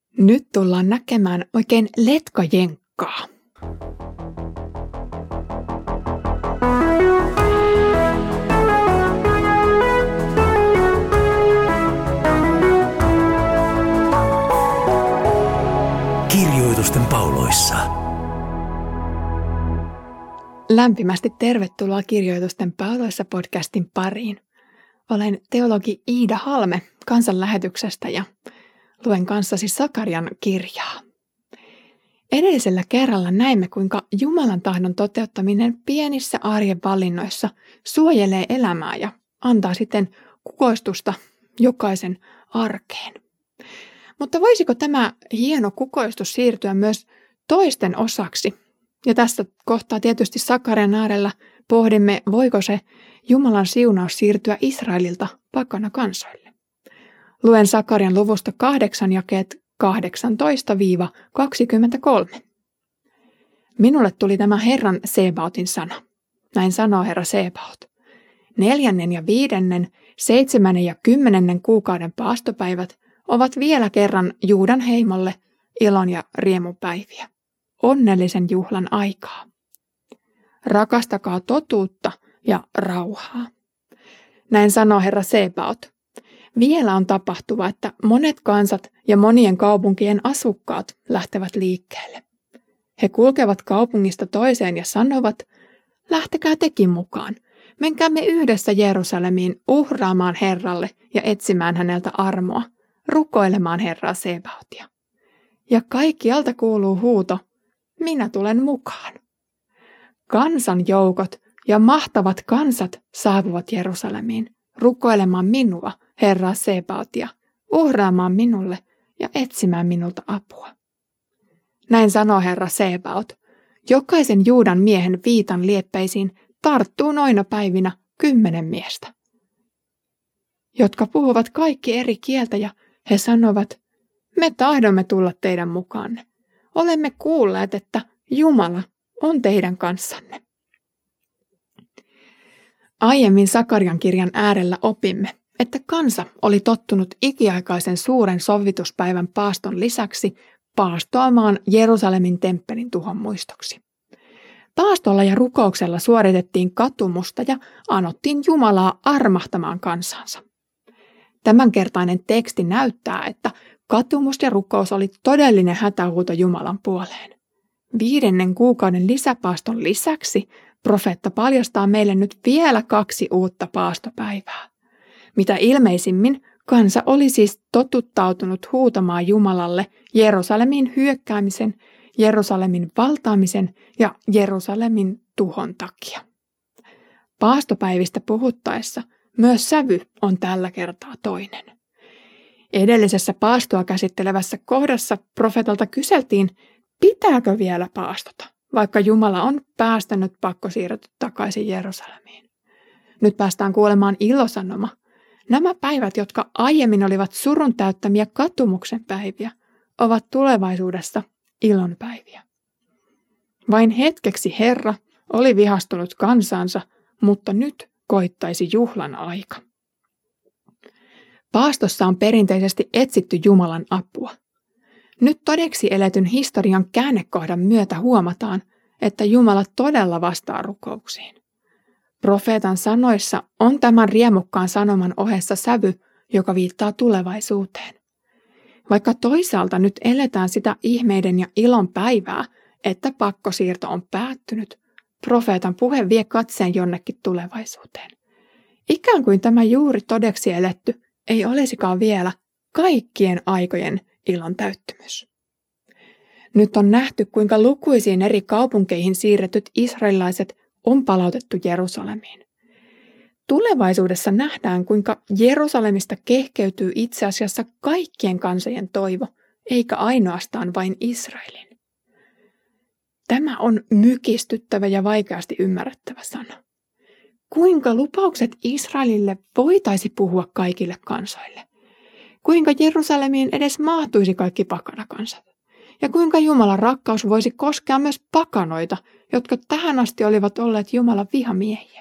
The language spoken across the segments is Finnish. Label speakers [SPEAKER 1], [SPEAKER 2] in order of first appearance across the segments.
[SPEAKER 1] Nyt tullaan näkemään oikein letkajenkkaa.
[SPEAKER 2] Kirjoitusten pauloissa.
[SPEAKER 1] Lämpimästi tervetuloa Kirjoitusten pauloissa podcastin pariin. Olen teologi Iida Halme Kansanlähetyksestä ja luen kanssasi Sakarian kirjaa. Edellisellä kerralla näimme, kuinka Jumalan tahdon toteuttaminen pienissä arjen valinnoissa suojelee elämää ja antaa sitten kukoistusta jokaisen arkeen. Mutta voisiko tämä hieno kukoistus siirtyä myös toisten osaksi? Ja tässä kohtaa tietysti Sakarian äärellä pohdimme, voiko se Jumalan siunaus siirtyä Israelilta pakana kansoille. Luen Sakarian luvusta 8 jakeet 18-23. Minulle tuli tämä Herran Sebaotin sana. Näin sanoo Herra Sebaot. 4. ja 5., 7. ja 10. kuukauden paastopäivät ovat vielä kerran Juudan heimolle ilon ja riemun päiviä. Onnellisen juhlan aikaa. Rakastakaa totuutta ja rauhaa. Näin sanoo Herra Sebaot. Vielä on tapahtuva, että monet kansat ja monien kaupunkien asukkaat lähtevät liikkeelle. He kulkevat kaupungista toiseen ja sanovat, lähtekää tekin mukaan. Menkäämme yhdessä Jerusalemiin uhraamaan Herralle ja etsimään häneltä armoa, rukoilemaan Herraa Sebaotia. Ja kaikkialta kuuluu huuto, minä tulen mukaan. Kansanjoukot ja mahtavat kansat saapuvat Jerusalemiin rukoilemaan minua, Herraa Sebaotia, uhraamaan minulle ja etsimään minulta apua. Näin sanoo Herra Sebaot. Jokaisen Juudan miehen viitan lieppeisiin tarttuu noina päivinä 10 miestä, jotka puhuvat kaikki eri kieltä ja he sanovat, me tahdomme tulla teidän mukaanne. Olemme kuulleet, että Jumala on teidän kanssanne. Aiemmin Sakarian kirjan äärellä opimme, että kansa oli tottunut ikiaikaisen suuren sovituspäivän paaston lisäksi paastoamaan Jerusalemin temppelin tuhon muistoksi. Paastolla ja rukouksella suoritettiin katumusta ja anottiin Jumalaa armahtamaan kansansa. Tämänkertainen teksti näyttää, että katumus ja rukous oli todellinen hätähuuto Jumalan puoleen. 5. kuukauden lisäpaaston lisäksi profeetta paljastaa meille nyt vielä 2 uutta paastopäivää. Mitä ilmeisimmin kansa oli siis totuttautunut huutamaan Jumalalle Jerusalemin hyökkäämisen, Jerusalemin valtaamisen ja Jerusalemin tuhon takia. Paastopäivistä puhuttaessa myös sävy on tällä kertaa toinen. Edellisessä paastoa käsittelevässä kohdassa profeetalta kyseltiin, pitääkö vielä paastota, vaikka Jumala on päästänyt pakkosiirrot takaisin Jerusalemiin. Nyt päästään kuulemaan ilosanoma. Nämä päivät, jotka aiemmin olivat surun täyttämiä katumuksen päiviä, ovat tulevaisuudessa ilon päiviä. Vain hetkeksi Herra oli vihastunut kansansa, mutta nyt koittaisi juhlan aika. Paastossa on perinteisesti etsitty Jumalan apua. Nyt todeksi eletyn historian käännekohdan myötä huomataan, että Jumala todella vastaa rukouksiin. Profeetan sanoissa on tämän riemukkaan sanoman ohessa sävy, joka viittaa tulevaisuuteen. Vaikka toisaalta nyt eletään sitä ihmeiden ja ilon päivää, että pakkosiirto on päättynyt, profeetan puhe vie katseen jonnekin tulevaisuuteen. Ikään kuin tämä juuri todeksi eletty ei olisikaan vielä kaikkien aikojen ilon täyttymys. Nyt on nähty, kuinka lukuisiin eri kaupunkeihin siirretyt israelilaiset on palautettu Jerusalemiin. Tulevaisuudessa nähdään, kuinka Jerusalemista kehkeytyy itse asiassa kaikkien kansojen toivo, eikä ainoastaan vain Israelin. Tämä on mykistyttävä ja vaikeasti ymmärrettävä sana. Kuinka lupaukset Israelille voitaisi puhua kaikille kansoille? Kuinka Jerusalemiin edes mahtuisi kaikki pakanakansat? Ja kuinka Jumalan rakkaus voisi koskea myös pakanoita, jotka tähän asti olivat olleet Jumalan vihamiehiä?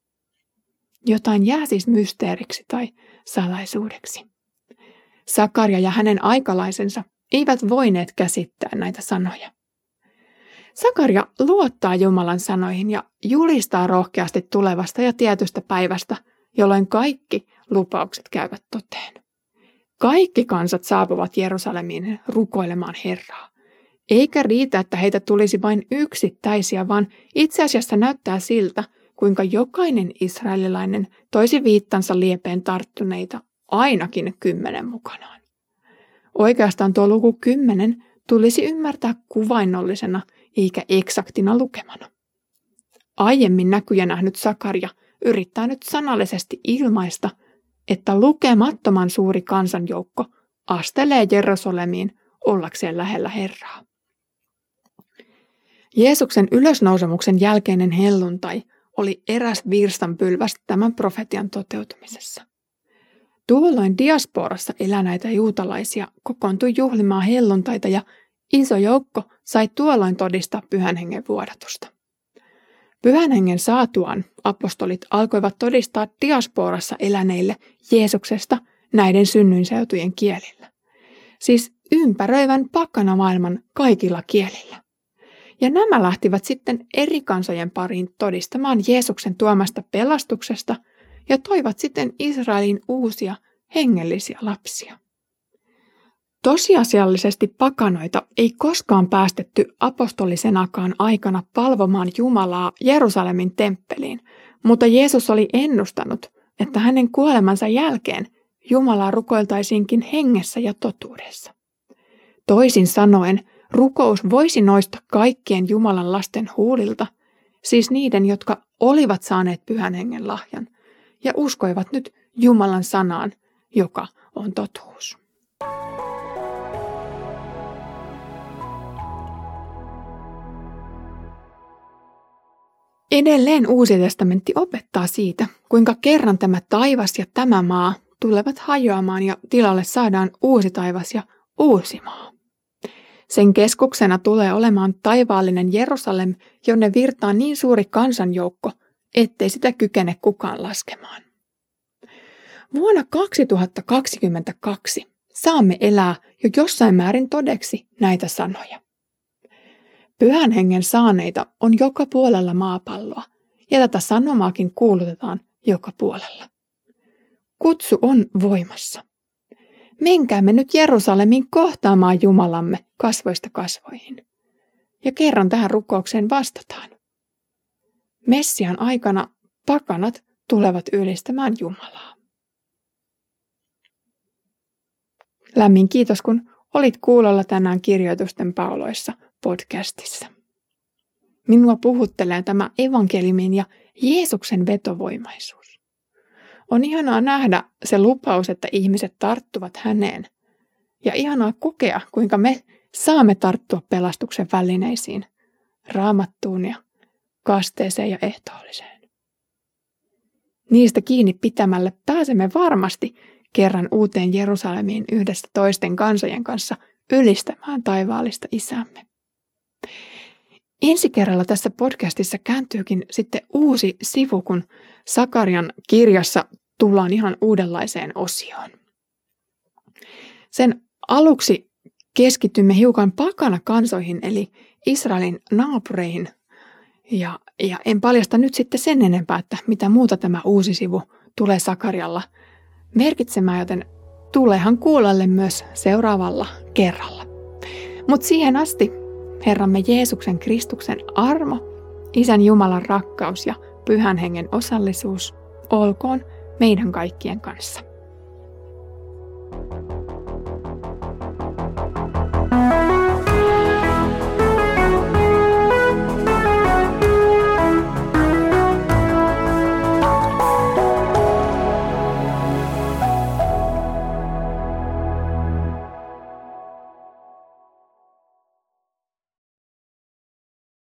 [SPEAKER 1] Jotain jää siis mysteeriksi tai salaisuudeksi. Sakaria ja hänen aikalaisensa eivät voineet käsittää näitä sanoja. Sakaria luottaa Jumalan sanoihin ja julistaa rohkeasti tulevasta ja tietystä päivästä, jolloin kaikki lupaukset käyvät toteen. Kaikki kansat saapuvat Jerusalemiin rukoilemaan Herraa. Eikä riitä, että heitä tulisi vain yksittäisiä, vaan itse asiassa näyttää siltä, kuinka jokainen israelilainen toisi viittansa liepeen tarttuneita ainakin 10 mukanaan. Oikeastaan tuo luku 10 tulisi ymmärtää kuvainnollisena eikä eksaktina lukemana. Aiemmin näkyjä nähnyt Sakaria yrittää nyt sanallisesti ilmaista, että lukemattoman suuri kansanjoukko astelee Jerusalemiin ollakseen lähellä Herraa. Jeesuksen ylösnousemuksen jälkeinen helluntai oli eräs virstanpylväs tämän profetian toteutumisessa. Tuolloin diasporassa eläneitä juutalaisia kokoontui juhlimaan helluntaita ja iso joukko sai tuolloin todistaa Pyhän Hengen vuodatusta. Pyhän Hengen saatuaan apostolit alkoivat todistaa diasporassa eläneille Jeesuksesta näiden synnyinseutujen kielillä. Siis ympäröivän pakanamaailman kaikilla kielillä. Ja nämä lähtivät sitten eri kansojen pariin todistamaan Jeesuksen tuomasta pelastuksesta ja toivat sitten Israeliin uusia hengellisiä lapsia. Tosiasiallisesti pakanoita ei koskaan päästetty apostolisenakaan aikana palvomaan Jumalaa Jerusalemin temppeliin, mutta Jeesus oli ennustanut, että hänen kuolemansa jälkeen Jumalaa rukoiltaisiinkin hengessä ja totuudessa. Toisin sanoen, rukous voisi nousta kaikkien Jumalan lasten huulilta, siis niiden, jotka olivat saaneet Pyhän Hengen lahjan ja uskoivat nyt Jumalan sanaan, joka on totuus. Edelleen Uusi testamentti opettaa siitä, kuinka kerran tämä taivas ja tämä maa tulevat hajoamaan ja tilalle saadaan uusi taivas ja uusi maa. Sen keskuksena tulee olemaan taivaallinen Jerusalem, jonne virtaa niin suuri kansanjoukko, ettei sitä kykene kukaan laskemaan. Vuonna 2022 saamme elää jo jossain määrin todeksi näitä sanoja. Pyhän Hengen saaneita on joka puolella maapalloa, ja tätä sanomaakin kuulutetaan joka puolella. Kutsu on voimassa. Menkäämme nyt Jerusalemiin kohtaamaan Jumalamme kasvoista kasvoihin. Ja kerran tähän rukoukseen vastataan. Messian aikana pakanat tulevat ylistämään Jumalaa. Lämmin kiitos, kun olit kuulolla tänään Kirjoitusten pauloissa podcastissa. Minua puhuttelee tämä evankeliumin ja Jeesuksen vetovoimaisuus. On ihanaa nähdä se lupaus, että ihmiset tarttuvat häneen. Ja ihanaa kokea, kuinka me saamme tarttua pelastuksen välineisiin, Raamattuun ja kasteeseen ja ehtoolliseen. Niistä kiinni pitämällä pääsemme varmasti kerran uuteen Jerusalemiin yhdessä toisten kansojen kanssa ylistämään taivaallista Isäämme. Ensi kerralla tässä podcastissa kääntyykin sitten uusi sivu, kun Sakarian kirjassa tullaan ihan uudenlaiseen osioon. Sen aluksi keskitymme hiukan pakanakansoihin eli Israelin naapureihin ja en paljasta nyt sitten sen enempää, että mitä muuta tämä uusi sivu tulee Sakarialla merkitsemään, joten tuleehan kuulolle myös seuraavalla kerralla. Mutta siihen asti Herramme Jeesuksen Kristuksen armo, Isän Jumalan rakkaus ja Pyhän Hengen osallisuus olkoon meidän kaikkien kanssa.